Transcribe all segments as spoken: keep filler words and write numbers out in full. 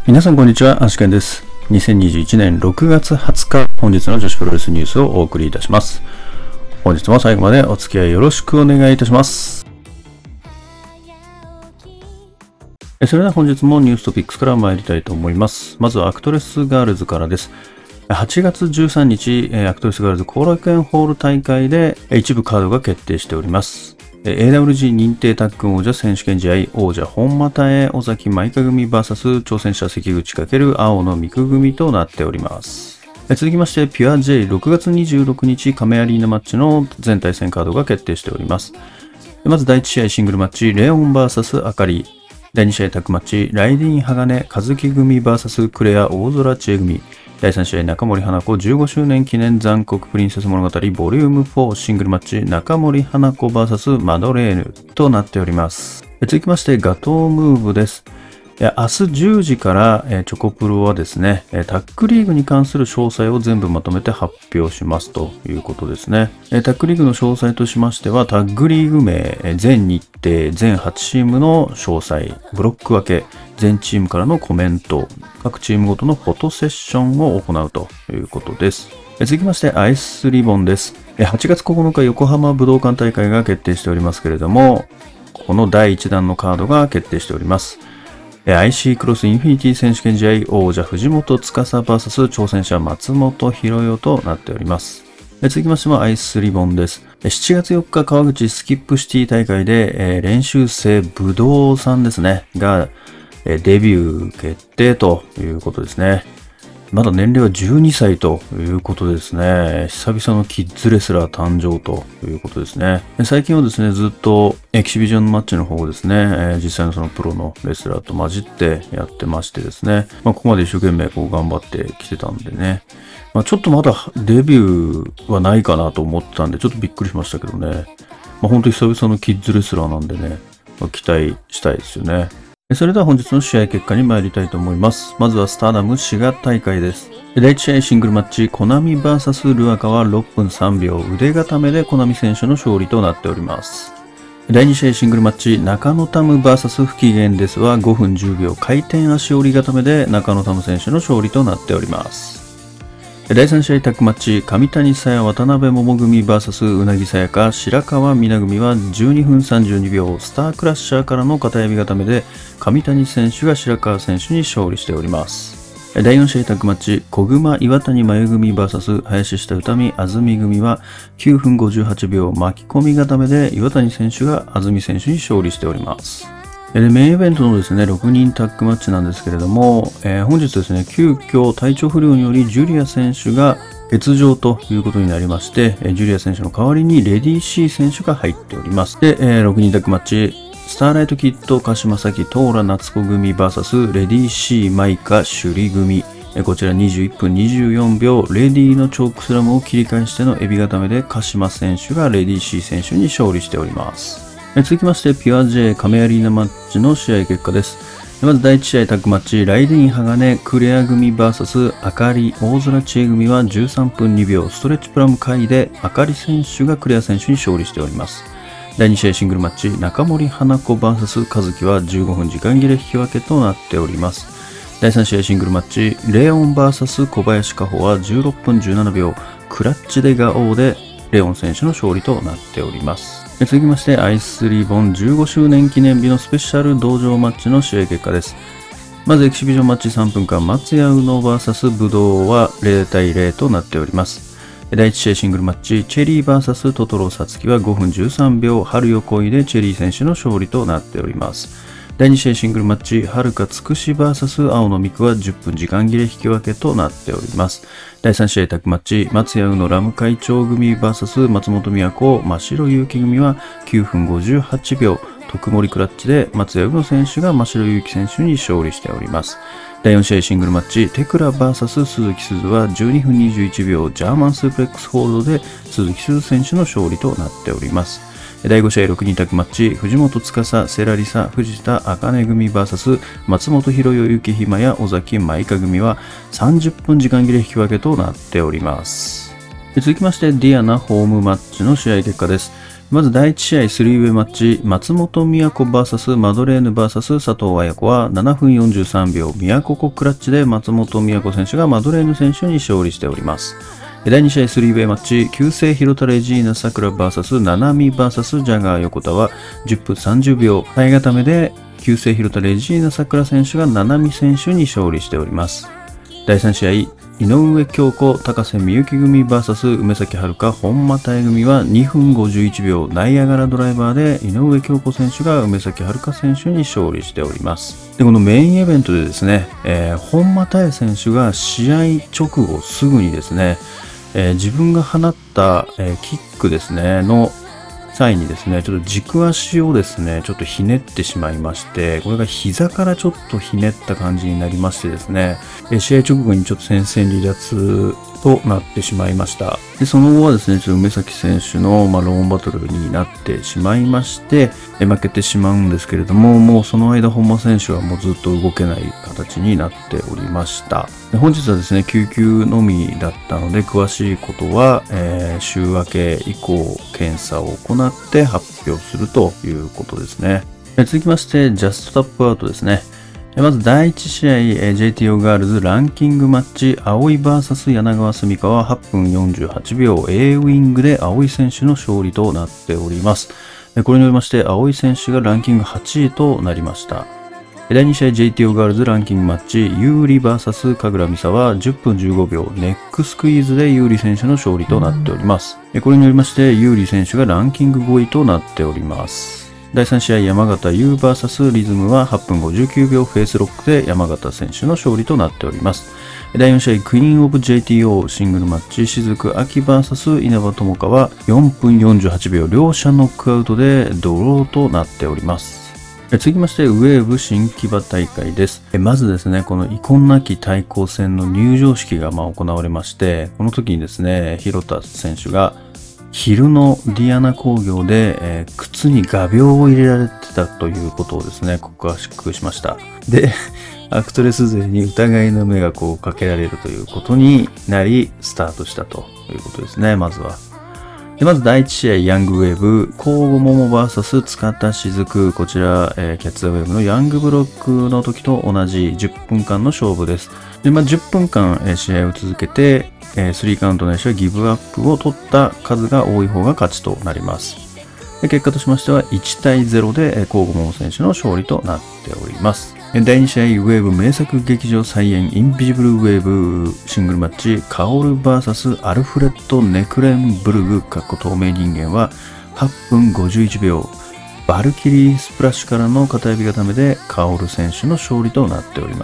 皆さんこんにちは、アシケンです。にせんにじゅういちねんろくがつはつか、本日の女子プロレスニュースをお送りいたします。本日も最後までお付き合いよろしくお願いいたします。それでは本日もニューストピックスから参りたいと思います。まずはアクトレスガールズからです。はちがつじゅうさんにち、アクトレスガールズ後楽園ホール大会で一部カードが決定しております。エーダブリュージー 認定タッグ王者選手権試合、王者本又へ尾崎舞香組 ブイエス 挑戦者関口×青野美久組となっております。続きまして、ピュア Jろくがつにじゅうろくにち亀アリーナマッチの全対戦カードが決定しております。まずだいいち試合シングルマッチ、レオン ブイエス あかり。だいに試合タッグマッチ、ライディン鋼和樹組 ブイエス クレア大空知恵組。だいさん試合中森花子じゅうごしゅうねん記念残酷プリンセス物語ボリュームフォーシングルマッチ中森花子 ブイエス マドレーヌとなっております。続きましてガトームーブです。明日じゅうじからチョコプロはですね、タッグリーグに関する詳細を全部まとめて発表しますということですね。タッグリーグの詳細としましては、タッグリーグ名、全日程、全はちチームの詳細、ブロック分け、全チームからのコメント、各チームごとのフォトセッションを行うということです。続きましてアイスリボンです。はちがつここのか横浜武道館大会が決定しておりますけれども、このだいいちだんのカードが決定しております。アイシー クロスインフィニティ選手権試合、王者藤本司 ブイエス 挑戦者松本博代となっております。続きましてもアイスリボンです。しちがつよっか川口スキップシティ大会で練習生武道さんですね、がデビュー決定ということですね。まだ年齢はじゅうにさいということですね。久々のキッズレスラー誕生ということですね。最近はですね、ずっとエキシビジョンマッチの方をですね、実際のそのプロのレスラーと混じってやってましてですね、まあ、ここまで一生懸命こう頑張ってきてたんでね、まあ、ちょっとまだデビューはないかなと思ってたんで、ちょっとびっくりしましたけどね。まあ、本当に久々のキッズレスラーなんでね、まあ、期待したいですよね。それでは本日の試合結果に参りたいと思います。まずはスターダム滋賀大会です。だいいち試合シングルマッチ、コナミ ブイエス ルアカはろっぷんさんびょう腕固めでコナミ選手の勝利となっております。だいに試合シングルマッチ、中野タム ブイエス 不機嫌ですはごふんじゅうびょう回転足折り固めで中野タム選手の勝利となっております。だいさん試合タッグマッチ、上谷沙耶渡辺桃組 ブイエス うなぎさやか白川美奈組はじゅうにふんさんじゅうにびょうスタークラッシャーからの片指固めで上谷選手が白川選手に勝利しております。だいよん試合タッグマッチ、小熊岩谷真由組 ブイエス 林下歌美安住組はきゅうふんごじゅうはちびょう巻き込み固めで岩谷選手が安住選手に勝利しております。でメインイベントのですね、ろくにんタッグマッチなんですけれども、えー、本日ですね、急遽体調不良によりジュリア選手が欠場ということになりまして、ジュリア選手の代わりにレディー C 選手が入っております。で、えー、ろくにんタッグマッチ、スターライトキッド鹿島崎トーラ夏子組 ブイエス レディー C マイカ首里組、こちらにじゅういっぷんにじゅうよんびょうレディーのチョークスラムを切り返してのエビ固めで鹿島選手がレディー C 選手に勝利しております。続きまして、ピュア J 亀アリーナマッチの試合結果です。まずだいいち試合タッグマッチ、ライディン鋼クレア組 ブイエス あかり大空知恵組はじゅうさんぷんにびょうストレッチプラム回であかり選手がクレア選手に勝利しております。だいに試合シングルマッチ、中森花子 ブイエス 和樹はじゅうごふん時間切れ引き分けとなっております。だいさん試合シングルマッチ、レオン ブイエス 小林香穂はじゅうろっぷんじゅうななびょうクラッチでガオーでレオン選手の勝利となっております。続きましてアイスリボンじゅうごしゅうねん記念日のスペシャル道場マッチの試合結果です。まずエキシビジョンマッチさんぷんかん松谷宇野 ブイエス 武道はぜろたいぜろとなっております。だいいち試合シングルマッチ、チェリー ブイエス トトロサツキはごふんじゅうさんびょう春よ来いでチェリー選手の勝利となっております。だいに試合シングルマッチ、はるかつくし ブイエス 青野美久はじゅっぷん時間切れ引き分けとなっております。だいさん試合タッグマッチ、松谷宇野ラム会長組 ブイエス 松本美和子真城祐希組はきゅうふんごじゅうはちびょう特盛クラッチで松谷宇野選手が真城祐希選手に勝利しております。だいよん試合シングルマッチ、テクラ ブイエス 鈴木鈴はじゅうにふんにじゅういちびょうジャーマンスープレックスホールドで鈴木鈴選手の勝利となっております。だいご試合ろくにんタッグマッチ、藤本司、セラリサ、藤田茜組 ブイエス 松本博代幸ひまや尾崎舞香組はさんじゅっぷん時間切れ引き分けとなっております。続きましてディアナホームマッチの試合結果です。 まずだいいち試合スリーウェイマッチ、松本美和子 ブイエス マドレーヌ ブイエス 佐藤綾子はななふんよんじゅうさんびょう美和子子クラッチで松本美和子選手がマドレーヌ選手に勝利しております。だいに試合スリーウェイマッチ、旧姓広田レジーナさくら ブイエス ななみ ブイエス ジャガー横田はじゅっぷんさんじゅうびょう体固めで旧姓広田レジーナさくら選手がななみ選手に勝利しております。だいさん試合、井上京子、高瀬美幸組 ブイエス 梅崎遥、本間妙組はにふんごじゅういちびょうナイアガラドライバーで井上京子選手が梅崎遥選手に勝利しております。で、このメインイベントでですね、えー、本間妙選手が試合直後すぐにですね、えー、自分が放った、えー、キックですね、の際にですね、ちょっと軸足をですね、ちょっとひねってしまいまして、これが膝からちょっとひねった感じになりましてですね、えー、試合直後にちょっと戦線離脱となってしまいました。で、その後はですね、ちょっと梅崎選手の、まあ、ローンバトルになってしまいまして、え負けてしまうんですけれども、もうその間本間選手はもうずっと動けない形になっておりました。で、本日はですね、救急のみだったので、詳しいことは、えー、週明け以降検査を行って発表するということですね。え続きまして、ジャストタップアウトですね。まずだいいち試合 ジェイティーオー ガールズランキングマッチ、葵 ブイエス 柳川澄香ははっぷんよんじゅうはちびょう A ウィングで葵選手の勝利となっております。これによりまして葵選手がランキングはちいとなりました。だいに試合 ジェイティーオー ガールズランキングマッチ、有利 ブイエス 神楽美沙はじゅっぷんじゅうごびょうネックスクイーズで有利選手の勝利となっております。これによりまして有利選手がランキングごいとなっております。だいさん試合山形優 ブイエス リズムははっぷんごじゅうきゅうびょうフェイスロックで山形選手の勝利となっております。だいよん試合クイーンオブ ジェイティーオー シングルマッチ、雫秋 ブイエス 稲葉友香はよんぷんよんじゅうはちびょう両者ノックアウトでドローとなっております。続きましてウェーブ新木場大会です。まずですね、この遺恨なき対抗戦の入場式がまあ行われまして、この時にですね、広田選手が昼のディアナ工業で、えー、靴に画鋲を入れられてたということをですね、告白しました。で、アクトレス勢に疑いの目がこうかけられるということになり、スタートしたということですね、まずは。でまずだいいち試合ヤングウェーブ、コウゴモモ ブイエス 塚田雫、こちら、えー、キャッツアウェーブのヤングブロックの時と同じじゅっぷんかんの勝負です。で、まあ、じゅっぷんかん、えー、試合を続けて、えー、スリーカウントないしはギブアップを取った数が多い方が勝ちとなります。で結果としましてはいちたいゼロで、えー、コウゴモモ選手の勝利となっております。だいに試合ウェーブ名作劇場再演インビジブルウェーブシングルマッチ、カオル ブイエス アルフレッド・ネクレンブルグかっこ透明人間ははっぷんごじゅういちびょうバルキリースプラッシュからの片指固めでカオル選手の勝利となっております。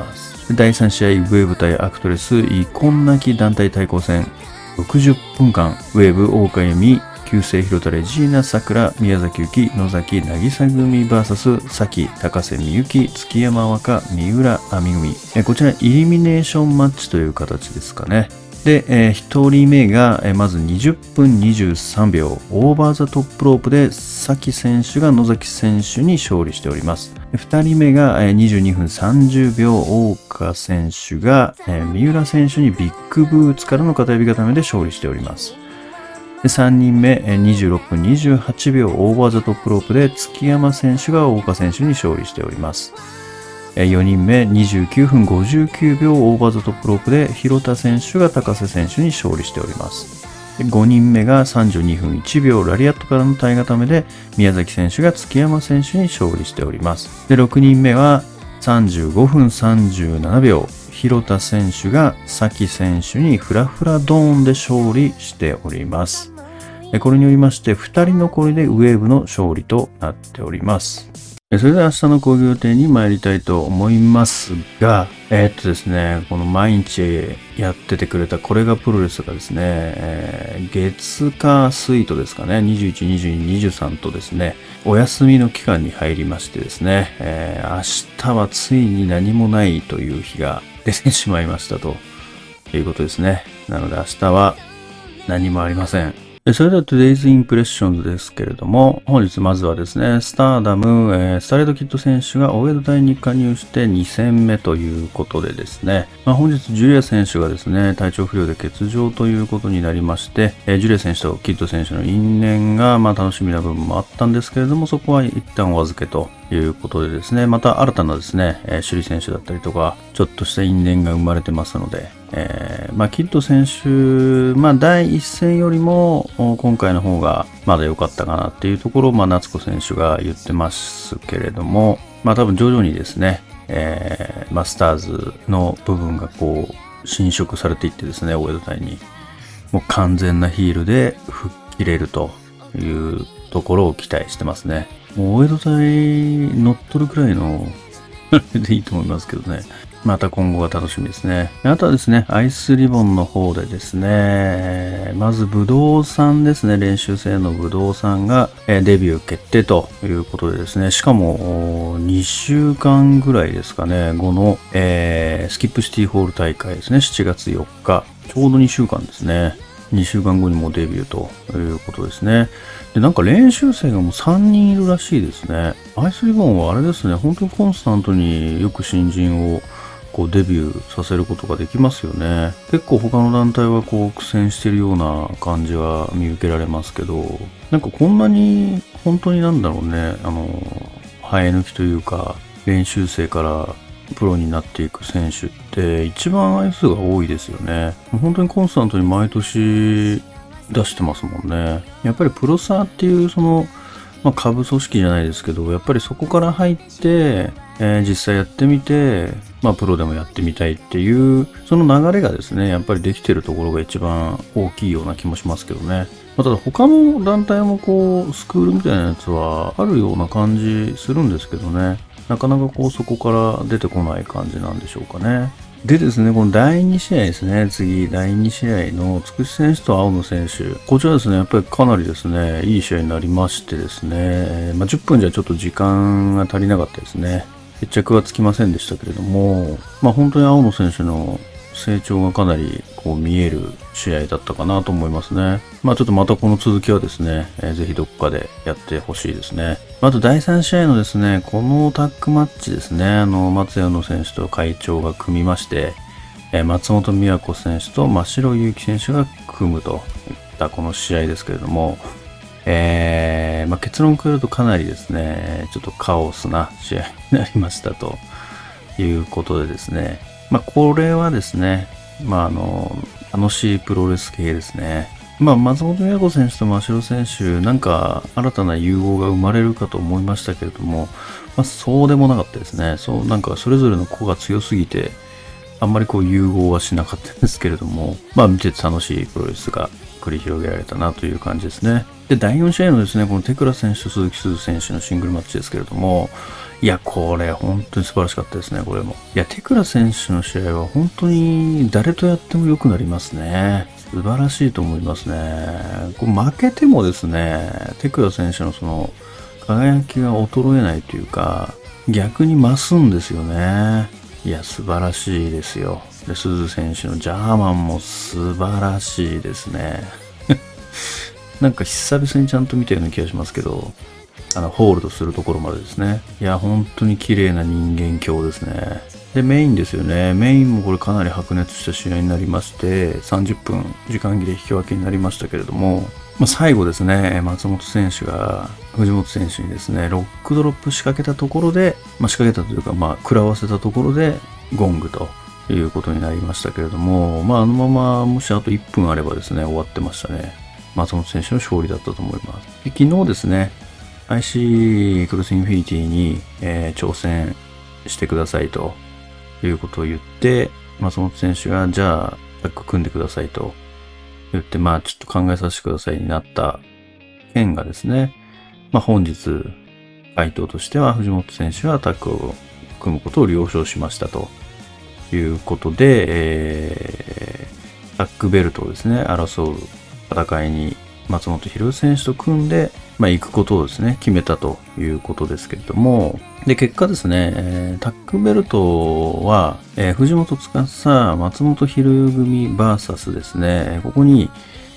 だいさん試合ウェーブ対アクトレス遺恨なき団体対抗戦、ろくじゅっぷんかんウェーブ大岡由美旧姓広田レジーナさくら宮崎由紀野崎渚組 ブイエス 崎高瀬美幸月山若三浦亜美組、えこちらイリミネーションマッチという形ですかね。で、えー、ひとりめが、えー、まずにじゅっぷんにじゅうさんびょうオーバーザトップロープで崎選手が野崎選手に勝利しております。ふたりめが、えー、にじゅうにふんさんじゅうびょう大岡選手が、えー、三浦選手にビッグブーツからの片指固めで勝利しております。でさんにんめ、にじゅうろっぷんにじゅうはちびょうオーバーザトップロープで月山選手が大岡選手に勝利しております。よにんめ、にじゅうきゅうふんごじゅうきゅうびょうオーバーザトップロープで広田選手が高瀬選手に勝利しております。でごにんめがさんじゅうにふんいちびょうラリアットからの体固めで宮崎選手が月山選手に勝利しております。でろくにんめはさんじゅうごふんさんじゅうななびょう広田選手が崎選手にフラフラドーンで勝利しております。これによりましてふたり残りでウェーブの勝利となっております。それでは明日の講義予定に参りたいと思いますが、えー、っとですね、この毎日やっててくれたこれがプロレスがですね、えー、月火水とですかね、にじゅういち、にじゅうに、にじゅうさんとですね、お休みの期間に入りましてですね、えー、明日はついに何もないという日が出てしまいましたということですね。なので明日は何もありません。 それでは Today's Impressions ですけれども、本日まずはですね、スターダム、えー、スタレード・キッド選手がオーエル隊に加入してに戦目ということでですね、まあ、本日ジュリア選手がですね、体調不良で欠場ということになりまして、えー、ジュリア選手とキッド選手の因縁がまあ楽しみな部分もあったんですけれども、そこは一旦お預けということでですね、また新たなですね、えー、首里選手だったりとか、ちょっとした因縁が生まれてますので、えー、まあ、キッド選手、まあ、第一戦よりも今回の方がまだ良かったかなっていうところを、まあ、夏子選手が言ってますけれども、まあ、多分徐々にですね、えー、マスターズの部分がこう侵食されていってですね、オーエル隊にもう完全なヒールで吹っ切れるというところを期待してますね。もうオーエル隊乗っ取るくらいのでいいと思いますけどね。また今後が楽しみですね。あとはですね、アイスリボンの方でですね、まず武道さんですね、練習生の武道さんがデビュー決定ということでですね、しかもにしゅうかんぐらいですかね、後の、えー、スキップシティホール大会ですね、しちがつよっか、ちょうどにしゅうかんですね。にしゅうかんごにもうデビューということですね。で、なんか練習生がもうさんにんいるらしいですね。アイスリボンはあれですね、本当にコンスタントによく新人をこうデビューさせることができますよね。結構他の団体はこう苦戦してるような感じは見受けられますけど、なんかこんなに本当になんだろうね、あの、生え抜きというか、練習生からプロになっていく選手って一番愛数が多いですよね。本当にコンスタントに毎年出してますもんね。やっぱりプロサーっていうその、まあ、下部組織じゃないですけど、やっぱりそこから入って、えー、実際やってみて、まあプロでもやってみたいっていう、その流れがですね、やっぱりできてるところが一番大きいような気もしますけどね。まあ、ただ他の団体もこう、スクールみたいなやつはあるような感じするんですけどね。なかなかこうそこから出てこない感じなんでしょうかね。でですね、このだいに試合ですね。次、だいに試合のつくし選手と青野選手。こちらですね、やっぱりかなりですね、いい試合になりましてですね、まあ、じゅっぷんじゃちょっと時間が足りなかったですね。決着はつきませんでしたけれども、まあ本当に青野選手の成長がかなりこう見える試合だったかなと思いますね。まあちょっとまたこの続きはですね、えー、ぜひどこかでやってほしいですね。あとだいさん試合のですね、このタッグマッチですね、あの松山の選手と会長が組みまして、えー、松本美和子選手と真城祐希選手が組むといったこの試合ですけれども、えーまあ、結論から言うとかなりですね、ちょっとカオスな試合になりましたということでですね、まあ、これはですね、まあ、あの、楽しいプロレス系ですね。まあ、松本美和子選手と真城選手、なんか新たな融合が生まれるかと思いましたけれども、まあ、そうでもなかったですね。そう、なんかそれぞれの子が強すぎて、あんまりこう融合はしなかったんですけれども、まあ見てて楽しいプロレスが繰り広げられたなという感じですね。で、だいよん試合のですね、このテクラ選手と鈴木鈴選手のシングルマッチですけれども、いや、これ本当に素晴らしかったですね、これも。いや、テクラ選手の試合は本当に誰とやっても良くなりますね。素晴らしいと思いますね。こう負けてもですね、テクラ選手のその輝きが衰えないというか、逆に増すんですよね。いや、素晴らしいですよ。で、鈴選手のジャーマンも素晴らしいですね。なんか久々にちゃんと見たような気がしますけど、あの、ホールドするところまでですね。いや、本当に綺麗な人間鏡ですね。で、メインですよね。メインもこれかなり白熱した試合になりまして、さんじゅっぷん時間切れ引き分けになりましたけれども、まあ、最後ですね、松本選手が藤本選手にですね、ロックドロップ仕掛けたところで、まあ、仕掛けたというか、まあ、食らわせたところで、ゴングということになりましたけれども、まあ、あのまま、もしあといっぷんあればですね、終わってましたね。松本選手の勝利だったと思います。で、昨日ですね、アイシー クロスインフィニティに、えー、挑戦してくださいということを言って、松本選手が、じゃあ、タッグ組んでくださいと言って、まあ、ちょっと考えさせてくださいになった件がですね、まあ、本日、回答としては、藤本選手はタッグを組むことを了承しましたということで、えー、タッグベルトをですね、争う戦いに松本博選手と組んで、まあ、行くことをですね、決めたということですけれども、で、結果ですね、えー、タッグベルトは、えー、藤本司、松本博組 ブイエス ですね、ここに、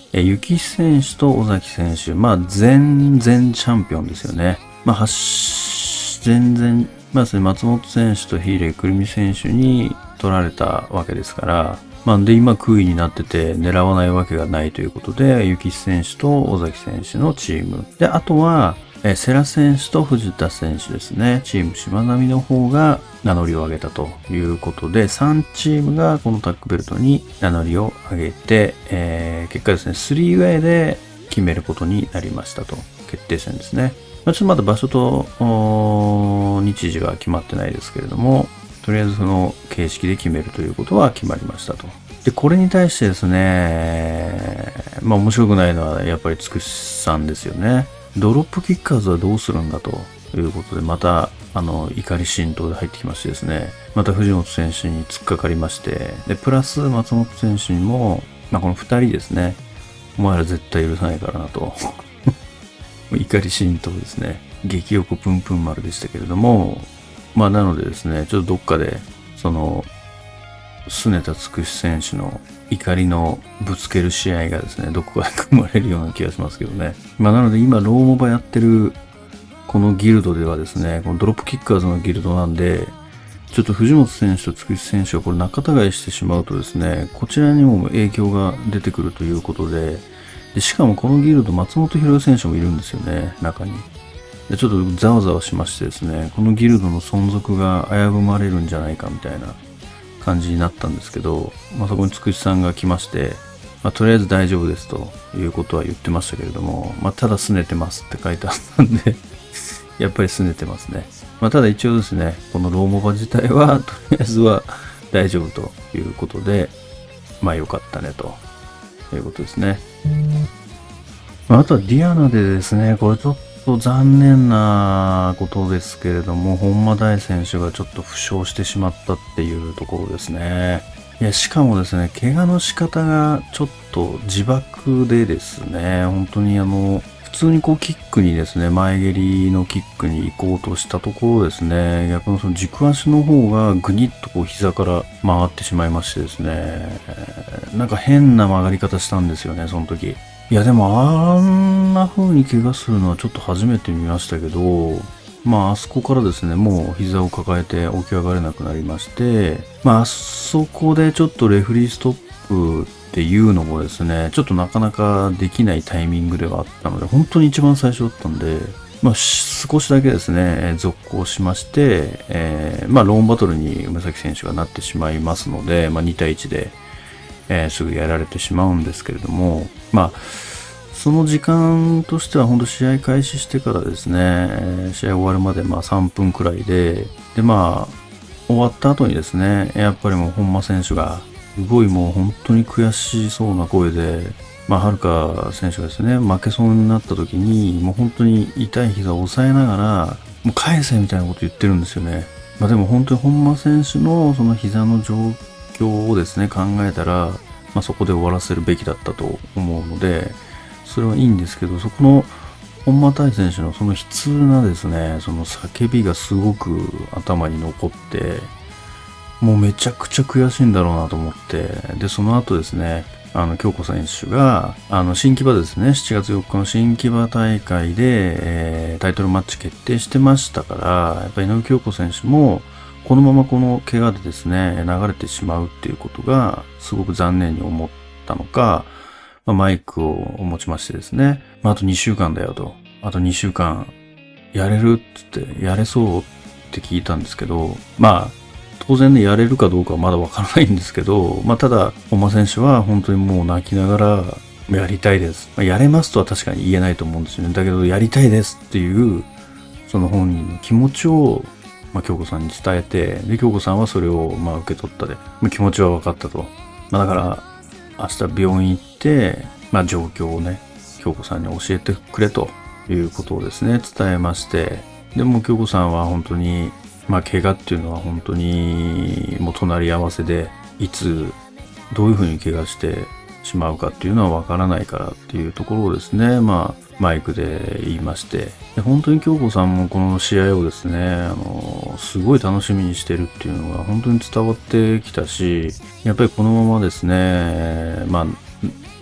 えー、幸選手と尾崎選手、まあ、全然チャンピオンですよね。まあ、全然、まあ、松本選手と秀くるみ選手に取られたわけですから、まあ、で、今、空位になってて、狙わないわけがないということで、幸選手と尾崎選手のチーム。で、あとは、えー、世良選手と藤田選手ですね。チームしまなみの方が名乗りを上げたということで、さんチームがこのタッグベルトに名乗りを上げて、えー、結果ですね、スリーウェイで決めることになりましたと。決定戦ですね。まあ、ちょっとまだ場所と日時は決まってないですけれども、とりあえずその形式で決めるということは決まりましたと。で、これに対してですね、まあ面白くないのはやっぱりつくしさんですよね。ドロップキッカーズはどうするんだということで、また、あの、怒り心頭で入ってきましてですね、また藤本選手に突っかかりまして、で、プラス松本選手にも、まあこの二人ですね、お前ら絶対許さないからなと。怒り心頭ですね。激横プンプン丸でしたけれども、まあなのでですね、ちょっとどっかで、その、すねたつくし選手の怒りのぶつける試合がですね、どこかで組まれるような気がしますけどね。まあなので今、ローモバやってるこのギルドではですね、このドロップキッカーズのギルドなんで、ちょっと藤本選手とつくし選手がこれ仲違いしてしまうとですね、こちらにも影響が出てくるということで、でしかもこのギルド、松本博選手もいるんですよね、中に。でちょっとざわざわしましてですね、このギルドの存続が危ぶまれるんじゃないかみたいな感じになったんですけど、まあ、そこにつくしさんが来まして、まあ、とりあえず大丈夫ですということは言ってましたけれども、まあ、ただ拗ねてますって書いてあったんでやっぱり拗ねてますね。まあ、ただ一応ですね、このローモバ自体はとりあえずは大丈夫ということで、まあ良かったねということですね。まあ、あとはディアナでですね、これちょっと残念なことですけれども、本間大選手がちょっと負傷してしまったっていうところですね。いや、しかもですね、怪我の仕方がちょっと自爆でですね、本当にあの、普通にこうキックにですね、前蹴りのキックに行こうとしたところですね、逆にその軸足の方がぐにっとこう膝から回ってしまいましてですね、なんか変な曲がり方したんですよね、その時。いやでもあんな風に怪我するのはちょっと初めて見ましたけど、まああそこからですね、もう膝を抱えて起き上がれなくなりまして、まああそこでちょっとレフリーストップっていうのもですね、ちょっとなかなかできないタイミングではあったので、本当に一番最初だったんで、まあ少しだけですね、続行しまして、えー、まあローンバトルに梅崎選手がなってしまいますので、まあに対いちで、えー、すぐやられてしまうんですけれども、まあ、その時間としては本当試合開始してからですね、えー、試合終わるまでまあさんぷんくらいで、でまあ、終わった後にですね、やっぱりもう本間選手が、すごいもう本当に悔しそうな声で、まあ、はるか選手がですね、負けそうになった時に、もう本当に痛い膝を押さえながら、もう返せみたいなこと言ってるんですよね。まあでも本当に本間選手のその膝の状況をですね、考えたら、まあそこで終わらせるべきだったと思うので、それはいいんですけど、そこの本間大選手のその悲痛なですね、その叫びがすごく頭に残って、もうめちゃくちゃ悔しいんだろうなと思って、で、その後ですね、あの、京子選手が、あの、新木場ですね、しちがつよっかの新木場大会で、えー、タイトルマッチ決定してましたから、やっぱり井上京子選手も、このままこの怪我でですね、流れてしまうっていうことが、すごく残念に思ったのか、まあ、マイクを持ちましてですね、まあ、あとにしゅうかんだよと。あとにしゅうかん、やれるっつって、やれそうって聞いたんですけど、まあ、当然ね、やれるかどうかはまだわからないんですけど、まあ、ただ、本間選手は本当にもう泣きながら、やりたいです。まあ、やれますとは確かに言えないと思うんですよね。だけど、やりたいですっていう、その本人の気持ちを、まあ、京子さんに伝えて、で、京子さんはそれを、まあ、受け取ったで、まあ、気持ちは分かったと。まあ、だから、明日病院行って、まあ、状況をね、京子さんに教えてくれということをですね、伝えまして、でも京子さんは本当に、まあ、怪我っていうのは本当にもう隣り合わせで、いつどういうふうに怪我してしまうかっていうのはわからないからっていうところをですね、まあ、マイクで言いまして、で本当に京子さんもこの試合をですね、あの、すごい楽しみにしてるっていうのが本当に伝わってきたし、やっぱりこのままですね、まあ、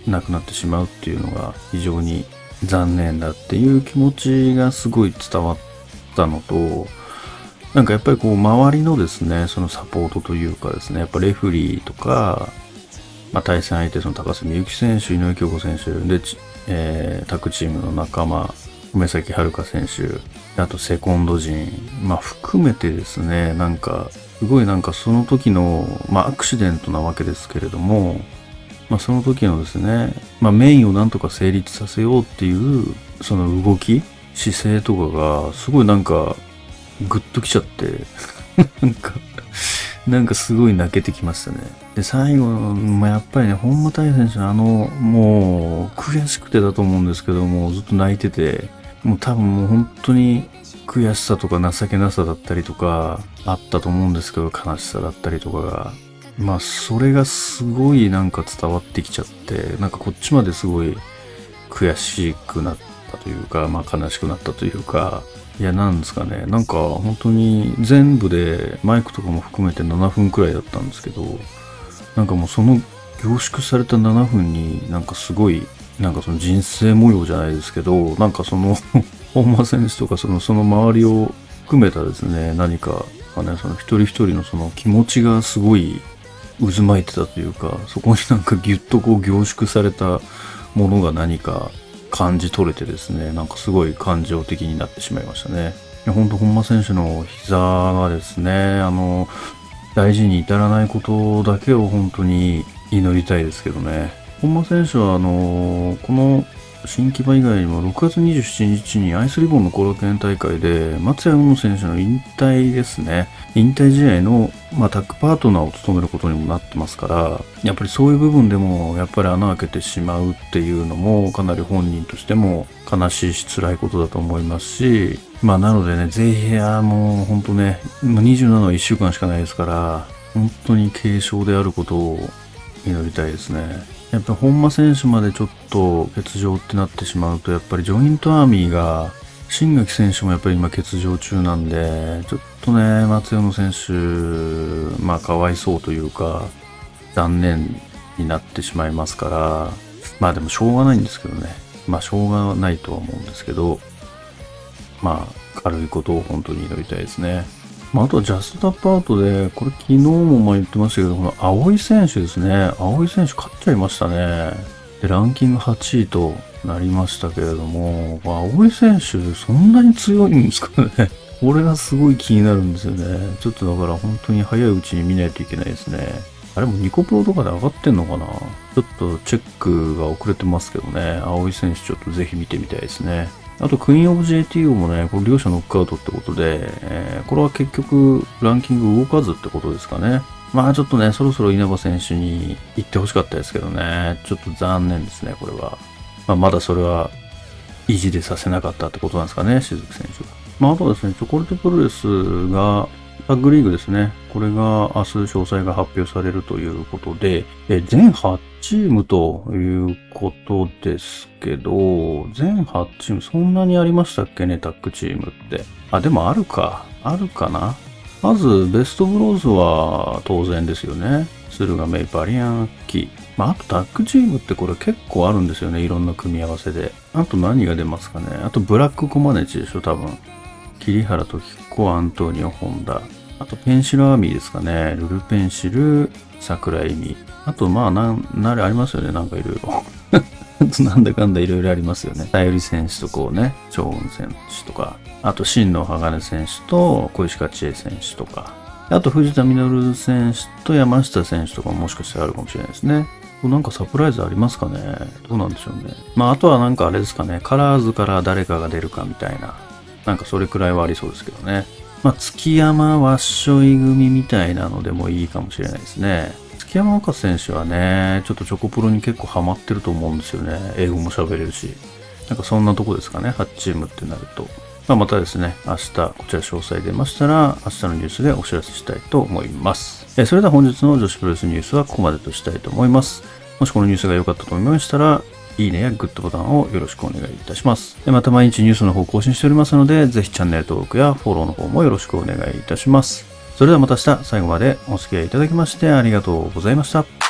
亡くなってしまうっていうのが非常に残念だっていう気持ちがすごい伝わったのと、なんかやっぱりこう周りのですね、そのサポートというかですね、やっぱレフリーとか、まあ、対戦相手その高須美幸選手、井上京子選手で、えー、タッグチームの仲間、梅崎遥選手、あとセコンド陣、まあ含めてですね、なんかすごいなんかその時の、まあアクシデントなわけですけれども、まあその時のですね、まあメインをなんとか成立させようっていうその動き、姿勢とかがすごいなんかグッときちゃってなんかなんかすごい泣けてきましたね。で最後もやっぱりね、本間大選手のあのもう悔しくてだと思うんですけども、ずっと泣いてて、もう多分もう本当に悔しさとか情けなさだったりとかあったと思うんですけど、悲しさだったりとかが、まあそれがすごいなんか伝わってきちゃって、なんかこっちまですごい悔しくなったというか、まあ悲しくなったというか、いやなんですかね、なんか本当に全部でマイクとかも含めてななふんくらいだったんですけど、なんかもうその凝縮されたななふんになんかすごいなんかその人生模様じゃないですけど、なんかその本間選手とかそのその周りを含めたですね、何かがね、その一人一人のその気持ちがすごい渦巻いてたというか、そこになんかギュッとこう凝縮されたものが何か感じ取れてですね、なんかすごい感情的になってしまいましたね。本当本間選手の膝がですね、あの大事に至らないことだけを本当に祈りたいですけどね。本間選手はあのこの新木場以外にもろくがつにじゅうしちにちにアイスリボンの後楽園大会で松谷宇野選手の引退ですね。引退試合の、まあ、タッグパートナーを務めることにもなってますから、やっぱりそういう部分でもやっぱり穴開けてしまうっていうのもかなり本人としても悲しいし辛いことだと思いますし、まあなのでね、ぜひもう本当ね、にじゅうななはいっしゅうかんしかないですから、本当に軽傷であることを祈りたいですね。やっぱ本間選手までちょっと欠場ってなってしまうと、やっぱりジョイントアーミーが新垣選手もやっぱり今欠場中なんで、ちょっとね、松山選手、まあかわいそうというか、残念になってしまいますから、まあでもしょうがないんですけどね。まあしょうがないとは思うんですけど、まあ軽いことを本当に祈りたいですね。まあ、あとはジャストタップアウトで、これ昨日もまあ言ってましたけど、この青井選手ですね。青井選手勝っちゃいましたね。で、ランキングはちいとなりましたけれども、青井選手そんなに強いんですかね。これがすごい気になるんですよね。ちょっとだから本当に早いうちに見ないといけないですね。あれもニコプロとかで上がってんのかな。ちょっとチェックが遅れてますけどね。青井選手ちょっとぜひ見てみたいですね。あと、クイーンオブ ジェーティーオー もね、これ両者ノックアウトってことで、えー、これは結局ランキング動かずってことですかね。まあちょっとね、そろそろ稲葉選手に行ってほしかったですけどね、ちょっと残念ですね、これは。まあまだそれは維持でさせなかったってことなんですかね、鈴木選手が。まああとはですね、チョコレートプロレスが、タッグリーグですね。これが明日詳細が発表されるということで、え全はちチームということですけど、全はちチームそんなにありましたっけね、タッグチームって。あ、でもあるか。あるかな。まず、ベストブローズは当然ですよね。駿河メイバリアンキ。まあ、あとタッグチームってこれ結構あるんですよね。いろんな組み合わせで。あと何が出ますかね。あとブラックコマネチでしょ、多分。桐原時子、アントニオ、ホンダ。あとペンシルアーミーですかね。ルルペンシル、桜井美。あとまあな、なれありますよね。なんかいろいろ。なんだかんだいろいろありますよね。さゆり選手とこうね、長雲選手とか。あと真野鋼選手と小石川千恵選手とか。あと藤田実選手と山下選手とかももしかしたらあるかもしれないですね。なんかサプライズありますかね。どうなんでしょうね。まああとはなんかあれですかね。カラーズから誰かが出るかみたいな。なんかそれくらいはありそうですけどね。まあ月山わっしょい組みたいなのでもいいかもしれないですね。月山岡選手はね、ちょっとチョコプロに結構ハマってると思うんですよね。英語も喋れるし。なんかそんなとこですかね。はちチームってなると。まあ、またですね、明日こちら詳細出ましたら、明日のニュースでお知らせしたいと思います。えそれでは本日の女子プロレスニュースはここまでとしたいと思います。もしこのニュースが良かったと思いましたら、いいねやグッドボタンをよろしくお願いいたします。また毎日ニュースの方更新しておりますので、ぜひチャンネル登録やフォローの方もよろしくお願いいたします。それではまた明日最後までお付き合いいただきましてありがとうございました。